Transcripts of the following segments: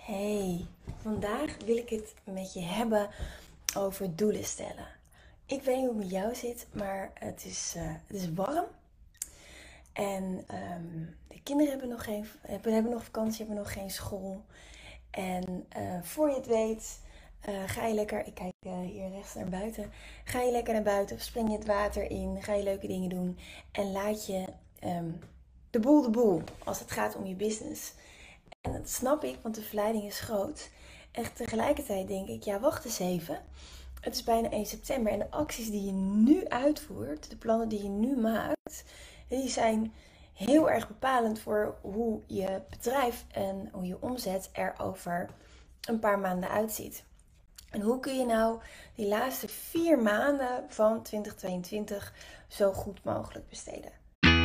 Hey, vandaag wil ik het met je hebben over doelen stellen. Ik weet niet hoe het met jou zit, maar het is warm. En de kinderen hebben nog vakantie, hebben nog geen school. En voor je het weet, ga je lekker, ik kijk hier rechts naar buiten, ga je lekker naar buiten, spring je het water in, ga je leuke dingen doen. En laat je de boel als het gaat om je business. En dat snap ik, want de verleiding is groot. En tegelijkertijd denk ik, ja, wacht eens even. Het is bijna 1 september en de acties die je nu uitvoert, de plannen die je nu maakt, die zijn heel erg bepalend voor hoe je bedrijf en hoe je omzet er over een paar maanden uitziet. En hoe kun je nou die laatste 4 maanden van 2022 zo goed mogelijk besteden?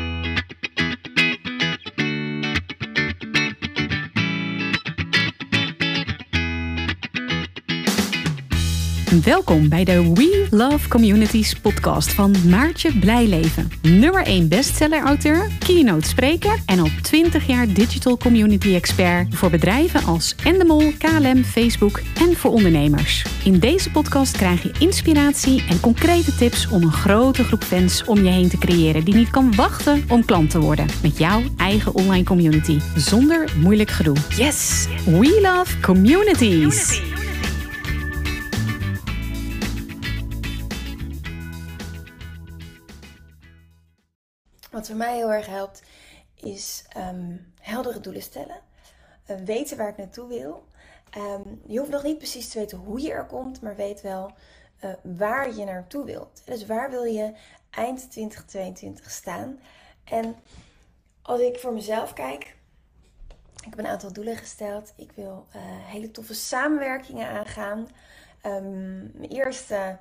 Welkom bij de We Love Communities podcast van Maartje Blijleven. Nummer 1 bestseller-auteur, keynote spreker en al 20 jaar digital community expert voor bedrijven als Endemol, KLM, Facebook en voor ondernemers. In deze podcast krijg je inspiratie en concrete tips om een grote groep fans om je heen te creëren die niet kan wachten om klant te worden met jouw eigen online community. Zonder moeilijk gedoe. Yes! We Love Communities! Wat voor mij heel erg helpt is heldere doelen stellen. Weten waar ik naartoe wil. Je hoeft nog niet precies te weten hoe je er komt, maar weet wel waar je naartoe wilt. Dus waar wil je eind 2022 staan? En als ik voor mezelf kijk, ik heb een aantal doelen gesteld. Ik wil hele toffe samenwerkingen aangaan. Mijn eerste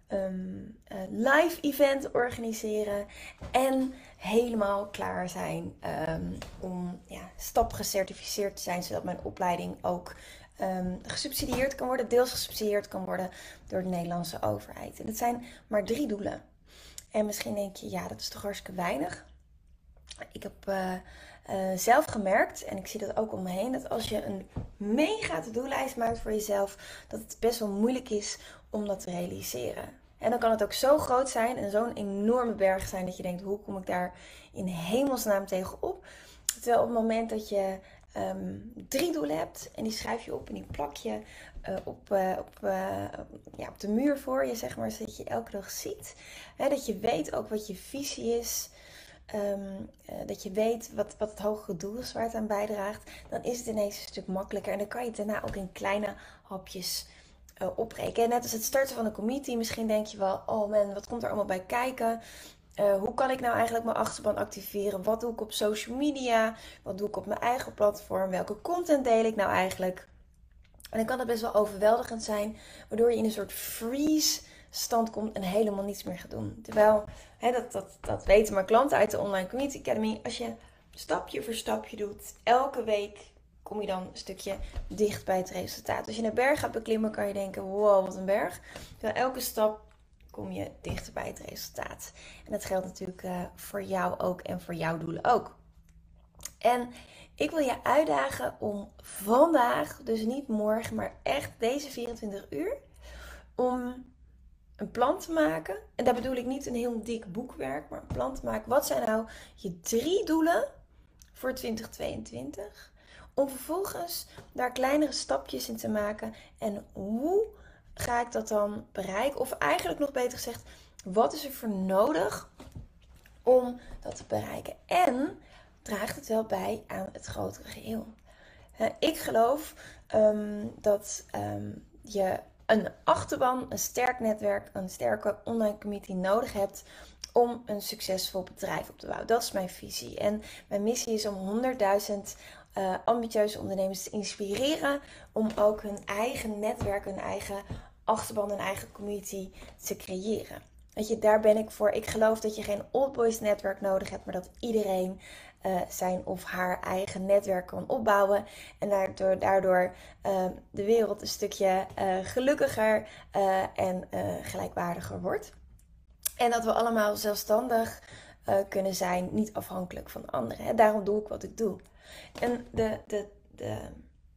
live event organiseren en helemaal klaar zijn om stap gecertificeerd te zijn, zodat mijn opleiding ook gesubsidieerd kan worden, deels gesubsidieerd kan worden door de Nederlandse overheid. En dat zijn maar 3 doelen. En misschien denk je, ja, dat is toch hartstikke weinig. Ik heb zelf gemerkt, en ik zie dat ook om me heen, dat als je een mega to-do-lijst maakt voor jezelf, dat het best wel moeilijk is om dat te realiseren. En dan kan het ook zo groot zijn en zo'n enorme berg zijn dat je denkt, hoe kom ik daar in hemelsnaam tegenop? Terwijl op het moment dat je 3 doelen hebt en die schrijf je op en die plak je op de muur voor je, zeg maar, zodat je elke dag ziet. Dat je weet ook wat je visie is. Dat je weet wat het hogere doel is waar het aan bijdraagt. Dan is het ineens een stuk makkelijker. En dan kan je het daarna ook in kleine hapjes opbreken. En net als het starten van een community. Misschien denk je wel, oh man, wat komt er allemaal bij kijken? Hoe kan ik nou eigenlijk mijn achterban activeren? Wat doe ik op social media? Wat doe ik op mijn eigen platform? Welke content deel ik nou eigenlijk? En dan kan het best wel overweldigend zijn, waardoor je in een soort freeze stand komt en helemaal niets meer gaat doen. Terwijl, dat weten mijn klanten uit de Online Community Academy, als je stapje voor stapje doet, elke week kom je dan een stukje dicht bij het resultaat. Als je een berg gaat beklimmen, kan je denken, wow, wat een berg. Terwijl elke stap kom je dichter bij het resultaat. En dat geldt natuurlijk voor jou ook en voor jouw doelen ook. En ik wil je uitdagen om vandaag, dus niet morgen, maar echt deze 24 uur, om een plan te maken. En daar bedoel ik niet een heel dik boekwerk, maar een plan te maken. Wat zijn nou je 3 doelen voor 2022? Om vervolgens daar kleinere stapjes in te maken. En hoe ga ik dat dan bereiken? Of eigenlijk nog beter gezegd, wat is er voor nodig om dat te bereiken? En draagt het wel bij aan het grotere geheel. Ik geloof dat je een achterban, een sterk netwerk, een sterke online community nodig hebt om een succesvol bedrijf op te bouwen. Dat is mijn visie. En mijn missie is om 100.000 ambitieuze ondernemers te inspireren om ook hun eigen netwerk, hun eigen achterban, hun eigen community te creëren. Weet je, daar ben ik voor. Ik geloof dat je geen old boys netwerk nodig hebt, maar dat iedereen zijn of haar eigen netwerk kan opbouwen. En daardoor de wereld een stukje gelukkiger en gelijkwaardiger wordt. En dat we allemaal zelfstandig kunnen zijn, niet afhankelijk van anderen. Daarom doe ik wat ik doe. En de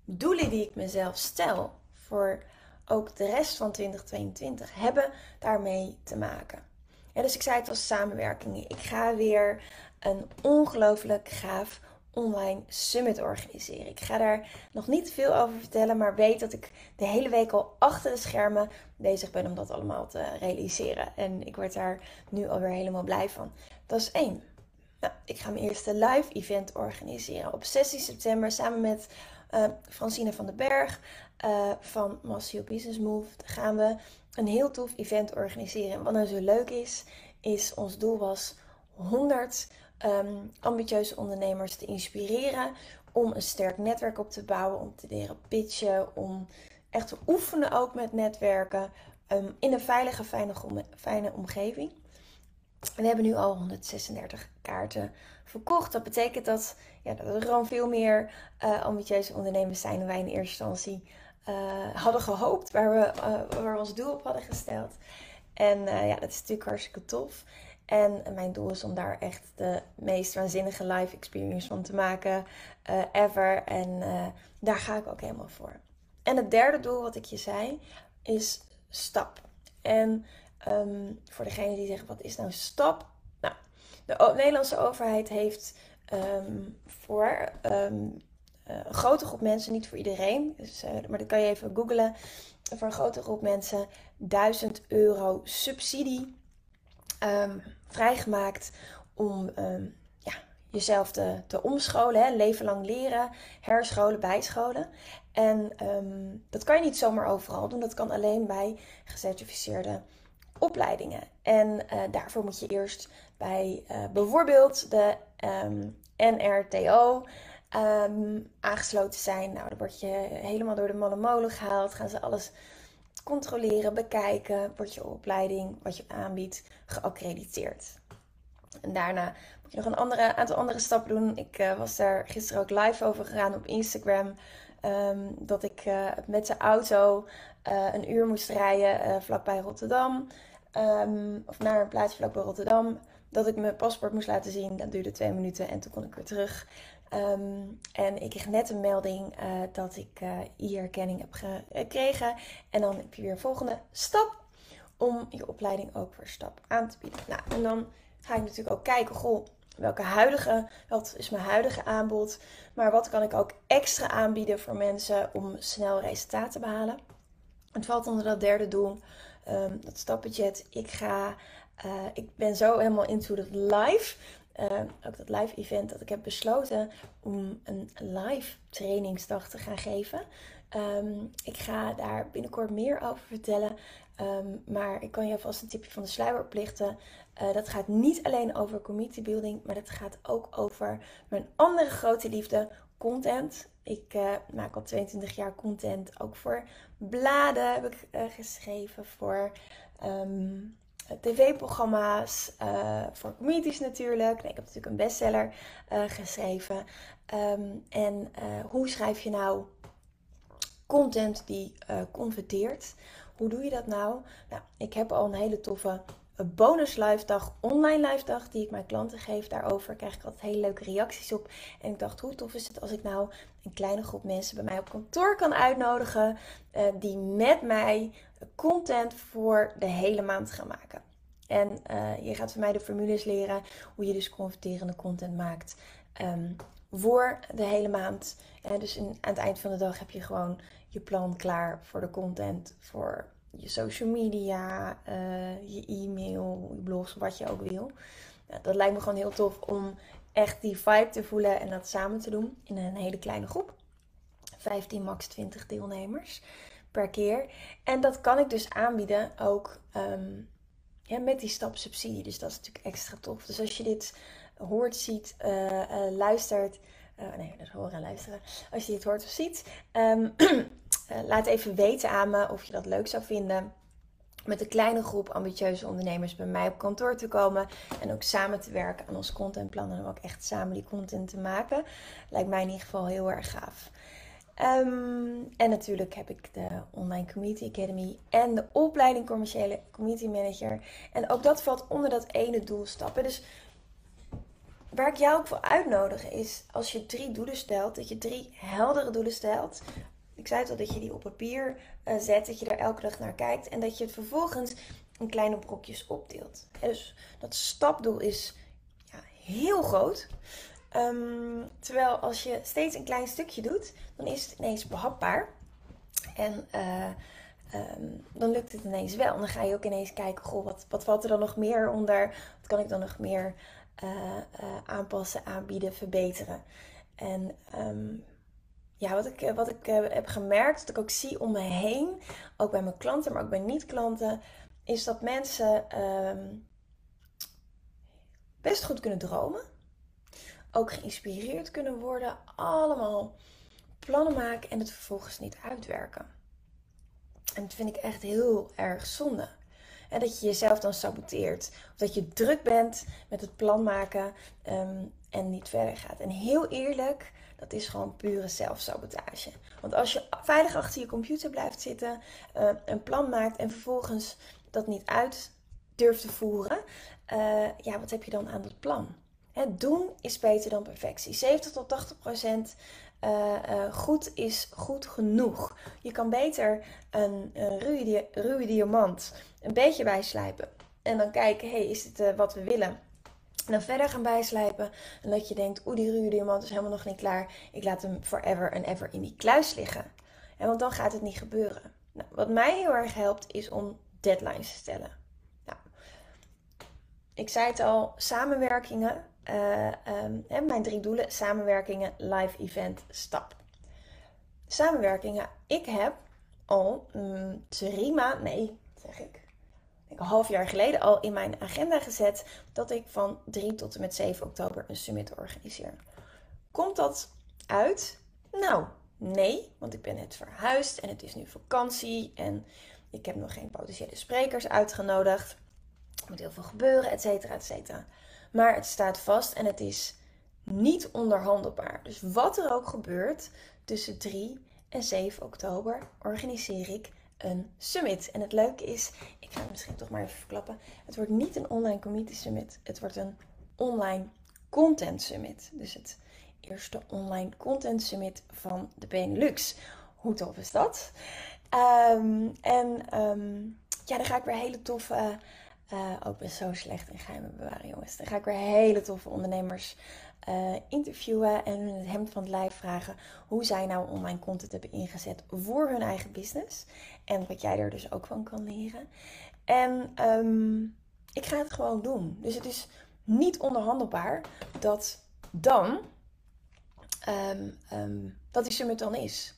doelen die ik mezelf stel voor ook de rest van 2022 hebben daarmee te maken. Ja, dus ik zei het als samenwerking. Ik ga weer een ongelooflijk gaaf online summit organiseren. Ik ga daar nog niet veel over vertellen, maar weet dat ik de hele week al achter de schermen bezig ben om dat allemaal te realiseren. En ik word daar nu alweer helemaal blij van. Dat is 1. Nou, ik ga mijn eerste live event organiseren op 16 september samen met Francine van den Berg van Master Your Business Move. Dan gaan we een heel tof event organiseren. En wat nou zo leuk is ons doel was 100 ambitieuze ondernemers te inspireren om een sterk netwerk op te bouwen, om te leren pitchen, om echt te oefenen ook met netwerken in een veilige, fijne omgeving. En we hebben nu al 136 kaarten verkocht. Dat betekent dat er gewoon veel meer ambitieuze ondernemers zijn dan wij in eerste instantie hadden gehoopt, waar we ons doel op hadden gesteld. En dat is natuurlijk hartstikke tof. En mijn doel is om daar echt de meest waanzinnige live experience van te maken ever. En daar ga ik ook helemaal voor. En het derde doel wat ik je zei is stap. En voor degene die zeggen, wat is nou stap? Nou, de Nederlandse overheid heeft voor een grote groep mensen, niet voor iedereen, dus, maar dat kan je even googlen, voor een grote groep mensen €1000 subsidie vrijgemaakt om jezelf te omscholen, hè, leven lang leren, herscholen, bijscholen. En dat kan je niet zomaar overal doen, dat kan alleen bij gecertificeerde opleidingen. En daarvoor moet je eerst bij bijvoorbeeld de NRTO aangesloten zijn. Nou, dan word je helemaal door de malle molen gehaald, gaan ze alles controleren, bekijken, wordt je opleiding, wat je aanbiedt, geaccrediteerd. En daarna moet je nog een aantal andere stappen doen. Ik was daar gisteren ook live over gegaan op Instagram. Dat ik met de auto een uur moest rijden vlakbij Rotterdam. Of naar een plaatsje vlakbij Rotterdam. Dat ik mijn paspoort moest laten zien. Dat duurde 2 minuten en toen kon ik weer terug. En ik kreeg net een melding dat ik e-erkenning heb gekregen. En dan heb je weer een volgende stap om je opleiding ook voor stap aan te bieden. Nou, en dan ga ik natuurlijk ook kijken, wat is mijn huidige aanbod? Maar wat kan ik ook extra aanbieden voor mensen om snel resultaten te behalen? Het valt onder dat derde doel, dat stapbudget. Ik ben zo helemaal into het live. Ook dat live event, dat ik heb besloten om een live trainingsdag te gaan geven. Ik ga daar binnenkort meer over vertellen. Maar ik kan je alvast een tipje van de sluier oplichten. Dat gaat niet alleen over community building, maar dat gaat ook over mijn andere grote liefde, content. Ik maak al 22 jaar content, ook voor bladen heb ik geschreven, voor tv-programma's, voor communities natuurlijk. Nee, ik heb natuurlijk een bestseller geschreven. Hoe schrijf je nou content die converteert? Hoe doe je dat nou? Nou, ik heb al een hele toffe bonus live dag, online live dag, die ik mijn klanten geef. Daarover krijg ik altijd hele leuke reacties op. En ik dacht, hoe tof is het als ik nou een kleine groep mensen bij mij op kantoor kan uitnodigen, die met mij content voor de hele maand gaan maken. En je gaat van mij de formules leren hoe je dus converterende content maakt voor de hele maand. Dus aan het eind van de dag heb je gewoon je plan klaar voor de content, voor je social media, je e-mail, je blogs, wat je ook wil. Dat lijkt me gewoon heel tof om echt die vibe te voelen en dat samen te doen in een hele kleine groep. 15, max 20 deelnemers per keer. En dat kan ik dus aanbieden ook met die stapsubsidie. Dus dat is natuurlijk extra tof. Dus als je dit hoort, ziet, luistert. Dat horen en luisteren. Als je dit hoort of ziet. Laat even weten aan me of je dat leuk zou vinden. Met een kleine groep ambitieuze ondernemers bij mij op kantoor te komen. En ook samen te werken aan ons contentplan. En om ook echt samen die content te maken. Lijkt mij in ieder geval heel erg gaaf. En natuurlijk heb ik de Online Community Academy en de opleiding Commerciële Community Manager. En ook dat valt onder dat ene doel stappen. Dus waar ik jou ook voor uitnodig is, als je 3 doelen stelt, dat je 3 heldere doelen stelt. Ik zei het al, dat je die op papier zet, dat je er elke dag naar kijkt en dat je het vervolgens in kleine brokjes opdeelt. Dus dat stapdoel is heel groot. Terwijl als je steeds een klein stukje doet, dan is het ineens behapbaar. En dan lukt het ineens wel. En dan ga je ook ineens kijken, goh, wat valt er dan nog meer onder? Wat kan ik dan nog meer aanpassen, aanbieden, verbeteren? En wat ik heb gemerkt, dat ik ook zie om me heen, ook bij mijn klanten, maar ook bij niet-klanten, is dat mensen best goed kunnen dromen. Ook geïnspireerd kunnen worden. Allemaal plannen maken en het vervolgens niet uitwerken. En dat vind ik echt heel erg zonde. En dat je jezelf dan saboteert. Of dat je druk bent met het plan maken en niet verder gaat. En heel eerlijk, dat is gewoon pure zelfsabotage. Want als je veilig achter je computer blijft zitten, een plan maakt en vervolgens dat niet uit durft te voeren, wat heb je dan aan dat plan? Doen is beter dan perfectie. 70-80% goed is goed genoeg. Je kan beter een ruwe diamant een beetje bijslijpen. En dan kijken, is dit wat we willen? En dan verder gaan bijslijpen. En dat je denkt, die ruwe diamant is helemaal nog niet klaar. Ik laat hem forever and ever in die kluis liggen. Want dan gaat het niet gebeuren. Nou, wat mij heel erg helpt, is om deadlines te stellen. Nou, ik zei het al, samenwerkingen. Mijn 3 doelen: samenwerkingen, live event, stap. Samenwerkingen. Ik heb al 3 maanden, een half jaar geleden al in mijn agenda gezet dat ik van 3 tot en met 7 oktober een summit organiseer. Komt dat uit? Nou, nee, want ik ben net verhuisd en het is nu vakantie en ik heb nog geen potentiële sprekers uitgenodigd. Er moet heel veel gebeuren, et cetera, et cetera. Maar het staat vast en het is niet onderhandelbaar. Dus wat er ook gebeurt, tussen 3 en 7 oktober organiseer ik een summit. En het leuke is, ik ga het misschien toch maar even verklappen, het wordt niet een online community summit. Het wordt een online content summit. Dus het eerste online content summit van de Benelux. Hoe tof is dat? Dan ga ik weer hele toffe... ik ben zo slecht in geheimen bewaren, jongens. Dan ga ik weer hele toffe ondernemers interviewen en hun het hemd van het lijf vragen hoe zij nou online content hebben ingezet voor hun eigen business. En wat jij er dus ook van kan leren. En ik ga het gewoon doen. Dus het is niet onderhandelbaar dat dan dat die summit dan is.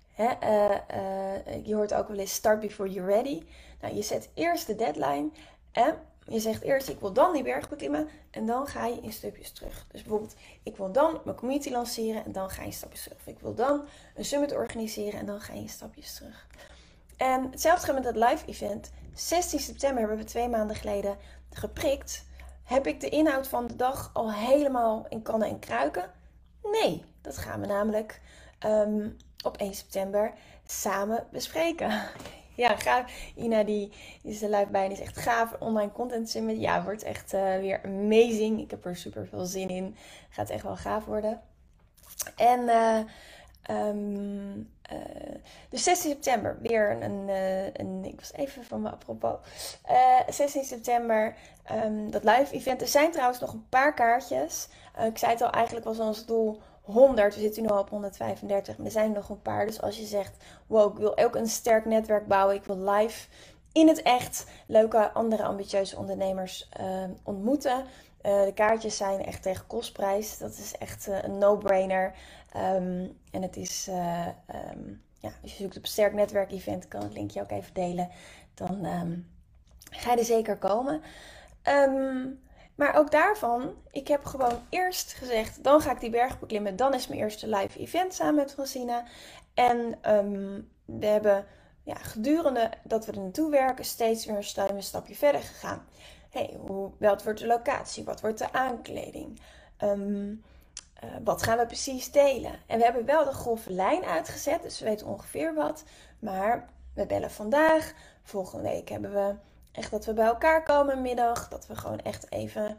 Je hoort ook wel eens start before you're ready. Nou, je zet eerst de deadline en je zegt eerst, ik wil dan die berg beklimmen en dan ga je in stapjes terug. Dus bijvoorbeeld, ik wil dan mijn community lanceren en dan ga je in stapjes terug. Of ik wil dan een summit organiseren en dan ga je in stapjes terug. En hetzelfde gaat met dat live event. 16 september hebben we 2 maanden geleden geprikt. Heb ik de inhoud van de dag al helemaal in kannen en kruiken? Nee, dat gaan we namelijk op 1 september samen bespreken. Ja, gaaf. Ina die is er live bij en die is echt gaaf. Online content summit. Ja, wordt echt weer amazing. Ik heb er super veel zin in. Gaat echt wel gaaf worden. En dus 16 september weer ik was even van me apropos. 16 september dat live event. Er zijn trouwens nog een paar kaartjes. Ik zei het al, eigenlijk was ons doel 100. We zitten nu al op 135. Maar er zijn nog een paar. Dus als je zegt, wow, ik wil ook een sterk netwerk bouwen. Ik wil live in het echt leuke andere ambitieuze ondernemers ontmoeten. De kaartjes zijn echt tegen kostprijs. Dat is echt een no-brainer. En het is, als je zoekt op sterk netwerk event, kan het linkje ook even delen. Dan ga je er zeker komen. Maar ook daarvan, ik heb gewoon eerst gezegd, dan ga ik die berg beklimmen. Dan is mijn eerste live event samen met Francine. En we hebben gedurende dat we er naartoe werken steeds weer een stapje verder gegaan. Wat wordt de locatie? Wat wordt de aankleding? Wat gaan we precies delen? En we hebben wel de grove lijn uitgezet, dus we weten ongeveer wat. Maar we bellen vandaag. Volgende week hebben we echt dat we bij elkaar komen middag. Dat we gewoon echt even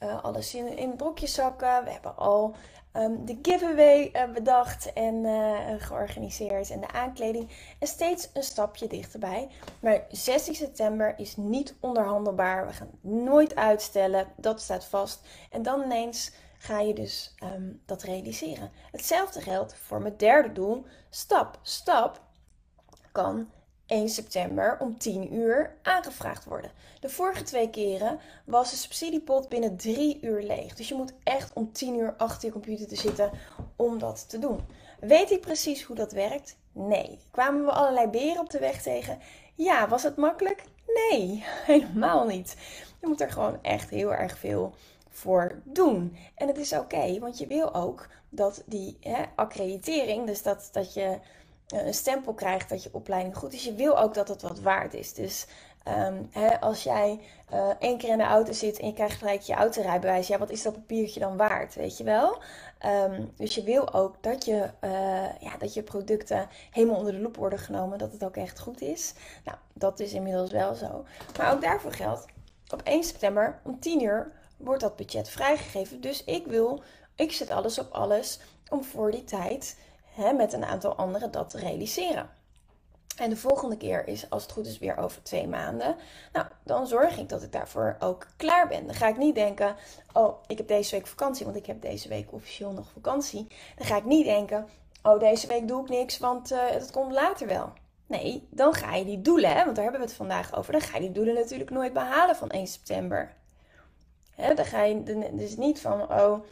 alles in brokjes zakken. We hebben al de giveaway bedacht en georganiseerd en de aankleding. En steeds een stapje dichterbij. Maar 16 september is niet onderhandelbaar. We gaan het nooit uitstellen. Dat staat vast. En dan ineens ga je dus dat realiseren. Hetzelfde geldt voor mijn derde doel. Stap kan 1 september om 10 uur aangevraagd worden. De vorige 2 keren was de subsidiepot binnen 3 uur leeg. Dus je moet echt om 10 uur achter je computer te zitten om dat te doen. Weet ik precies hoe dat werkt? Nee. Kwamen we allerlei beren op de weg tegen? Ja. Was het makkelijk? Nee, helemaal niet. Je moet er gewoon echt heel erg veel voor doen. En het is oké, want je wil ook dat die accreditering, dus dat je een stempel krijgt dat je opleiding goed is. Je wil ook dat het wat waard is. Dus als jij 1 keer in de auto zit en je krijgt gelijk je autorijbewijs, ja, wat is dat papiertje dan waard, weet je wel? Dus je wil ook dat je producten helemaal onder de loep worden genomen, dat het ook echt goed is. Nou, dat is inmiddels wel zo. Maar ook daarvoor geldt, op 1 september om 10 uur wordt dat budget vrijgegeven. Dus ik zet alles op alles om voor die tijd met een aantal anderen dat te realiseren. En de volgende keer is, als het goed is, weer over 2 maanden. Nou, dan zorg ik dat ik daarvoor ook klaar ben. Dan ga ik niet denken, oh, ik heb deze week vakantie, want ik heb deze week officieel nog vakantie. Dan ga ik niet denken, oh, deze week doe ik niks, want het komt later wel. Nee, dan ga je die doelen, want daar hebben we het vandaag over. Dan ga je die doelen natuurlijk nooit behalen van 1 september. Dan ga je dus niet van,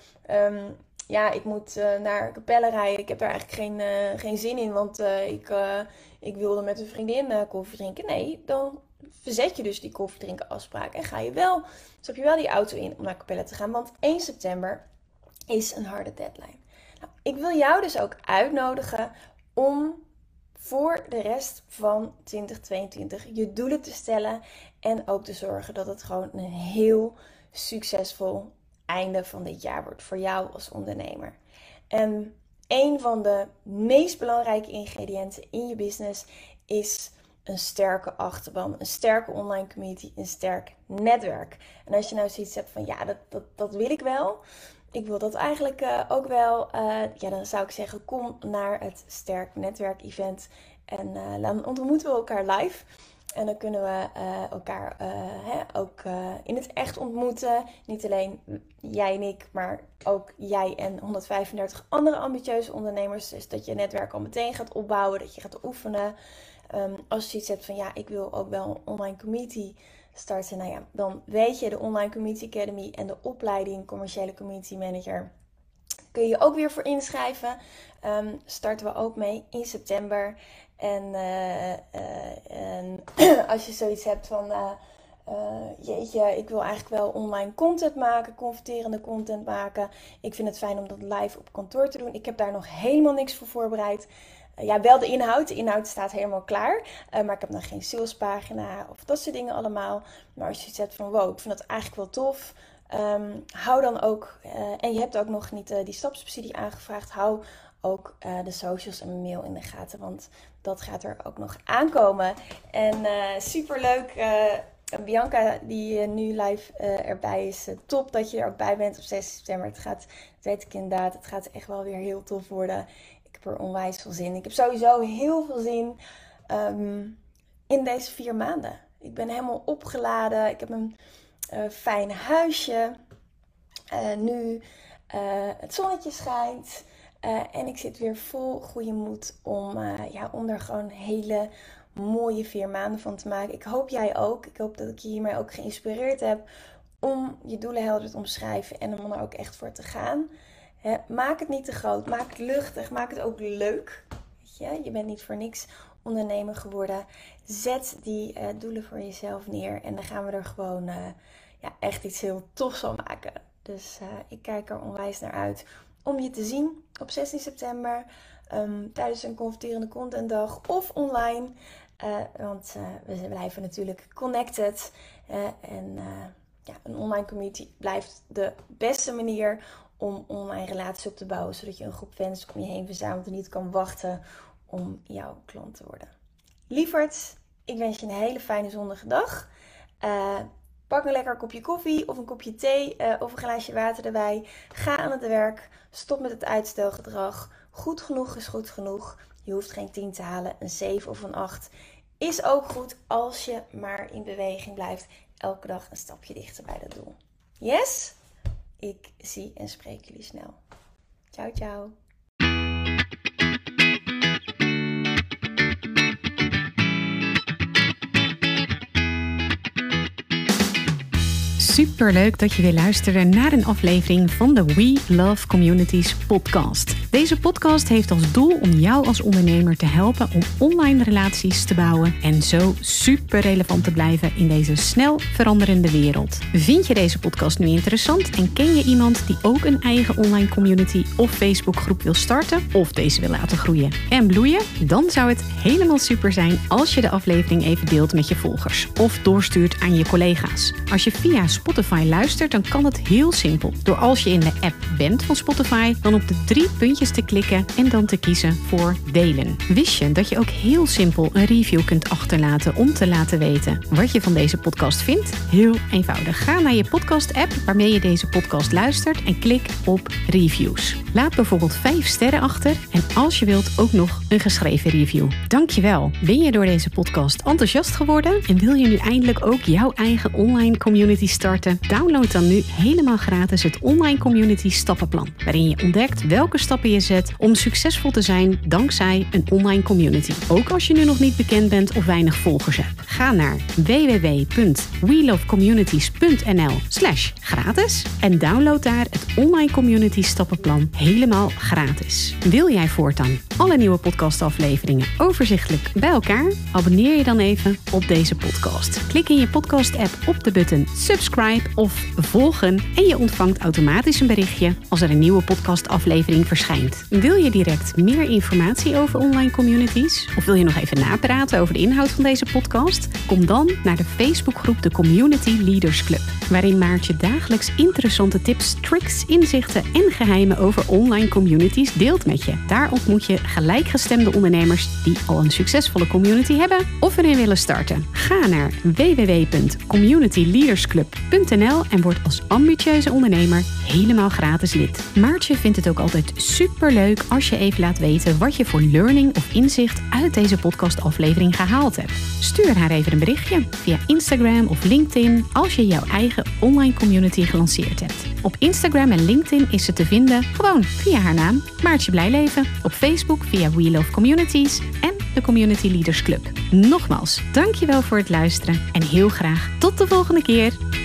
ik moet naar Capelle rijden. Ik heb daar eigenlijk geen zin in, want ik wilde met een vriendin koffie drinken. Nee, dan verzet je dus die koffiedrinken afspraak en stap je wel die auto in om naar Capelle te gaan. Want 1 september is een harde deadline. Nou, ik wil jou dus ook uitnodigen om voor de rest van 2022 je doelen te stellen en ook te zorgen dat het gewoon een heel succesvol einde van dit jaar wordt voor jou als ondernemer. En een van de meest belangrijke ingrediënten in je business is een sterke achterban, een sterke online community, een sterk netwerk. En als je nou zoiets hebt van, ja, dat wil ik wel. Ik wil dat eigenlijk ook wel. Dan zou ik zeggen, kom naar het Sterk Netwerk Event. En dan ontmoeten we elkaar live. En dan kunnen we elkaar ook in het echt ontmoeten. Niet alleen jij en ik, maar ook jij en 135 andere ambitieuze ondernemers. Dus dat je netwerk al meteen gaat opbouwen, dat je gaat oefenen. Als je iets hebt van, ja, ik wil ook wel een online community starten. Nou ja, dan weet je, de Online Community Academy en de opleiding Commerciële Community Manager kun je ook weer voor inschrijven. Starten we ook mee in september. En als je zoiets hebt van, jeetje, ik wil eigenlijk wel online content maken, converterende content maken. Ik vind het fijn om dat live op kantoor te doen. Ik heb daar nog helemaal niks voor voorbereid. Wel de inhoud. De inhoud staat helemaal klaar. Maar ik heb nog geen salespagina of dat soort dingen allemaal. Maar als je iets hebt van, wow, ik vind dat eigenlijk wel tof. Hou dan ook, en je hebt ook nog niet die stapsubsidie aangevraagd. Hou ook de socials en mijn mail in de gaten. Want dat gaat er ook nog aankomen. En superleuk. Bianca die nu live erbij is. Top dat je er ook bij bent op 6 september. Dat weet ik inderdaad. Het gaat echt wel weer heel tof worden. Ik heb er onwijs veel zin in. Ik heb sowieso heel veel zin in deze 4 maanden. Ik ben helemaal opgeladen. Ik heb een fijn huisje. Nu het zonnetje schijnt. En ik zit weer vol goede moed om er gewoon hele mooie 4 maanden van te maken. Ik hoop jij ook. Ik hoop dat ik je hiermee ook geïnspireerd heb om je doelen helder te omschrijven en om er ook echt voor te gaan. Maak het niet te groot. Maak het luchtig. Maak het ook leuk. Weet je? Je bent niet voor niks ondernemer geworden. Zet die doelen voor jezelf neer. En dan gaan we er gewoon echt iets heel tofs van maken. Dus ik kijk er onwijs naar uit om je te zien op 16 september. Tijdens een converterende contentdag of online. Want we blijven natuurlijk connected. Een online community blijft de beste manier om online relaties op te bouwen. Zodat je een groep fans om je heen verzamelt en niet kan wachten om jouw klant te worden. Lieverds, ik wens je een hele fijne zonnige dag. Pak een lekker kopje koffie of een kopje thee of een glaasje water erbij. Ga aan het werk. Stop met het uitstelgedrag. Goed genoeg is goed genoeg. Je hoeft geen 10 te halen. Een 7 of een 8 is ook goed als je maar in beweging blijft. Elke dag een stapje dichter bij dat doel. Yes? Ik zie en spreek jullie snel. Ciao, ciao. Superleuk dat je weer luisterde naar een aflevering van de We Love Communities podcast. Deze podcast heeft als doel om jou als ondernemer te helpen om online relaties te bouwen en zo super relevant te blijven in deze snel veranderende wereld. Vind je deze podcast nu interessant en ken je iemand die ook een eigen online community of Facebookgroep wil starten of deze wil laten groeien en bloeien? Dan zou het helemaal super zijn als je de aflevering even deelt met je volgers of doorstuurt aan je collega's. Als je via Spotify luistert, dan kan het heel simpel. Door als je in de app bent van Spotify, dan op de 3 puntjes te klikken en dan te kiezen voor delen. Wist je dat je ook heel simpel een review kunt achterlaten om te laten weten wat je van deze podcast vindt? Heel eenvoudig. Ga naar je podcast app waarmee je deze podcast luistert en klik op reviews. Laat bijvoorbeeld 5 sterren achter en als je wilt ook nog een geschreven review. Dankjewel. Ben je door deze podcast enthousiast geworden en wil je nu eindelijk ook jouw eigen online community starten? Download dan nu helemaal gratis het Online Community Stappenplan, waarin je ontdekt welke stappen je zet om succesvol te zijn dankzij een online community. Ook als je nu nog niet bekend bent of weinig volgers hebt. Ga naar www.welovecommunities.nl/gratis en download daar het Online Community Stappenplan helemaal gratis. Wil jij voortaan alle nieuwe podcastafleveringen overzichtelijk bij elkaar? Abonneer je dan even op deze podcast. Klik in je podcast-app op de button subscribe of volgen en je ontvangt automatisch een berichtje als er een nieuwe podcastaflevering verschijnt. Wil je direct meer informatie over online communities? Of wil je nog even napraten over de inhoud van deze podcast? Kom dan naar de Facebookgroep de Community Leaders Club, waarin Maartje dagelijks interessante tips, tricks, inzichten en geheimen over online communities deelt met je. Daar ontmoet je gelijkgestemde ondernemers die al een succesvolle community hebben of erin willen starten. Ga naar www.communityleadersclub.nl en word als ambitieuze ondernemer helemaal gratis lid. Maartje vindt het ook altijd superleuk als je even laat weten wat je voor learning of inzicht uit deze podcastaflevering gehaald hebt. Stuur haar even een berichtje via Instagram of LinkedIn als je jouw eigen online community gelanceerd hebt. Op Instagram en LinkedIn is ze te vinden gewoon via haar naam, Maartje Blijleven. Op Facebook via We Love Communities en de Community Leaders Club. Nogmaals, dankjewel voor het luisteren en heel graag tot de volgende keer.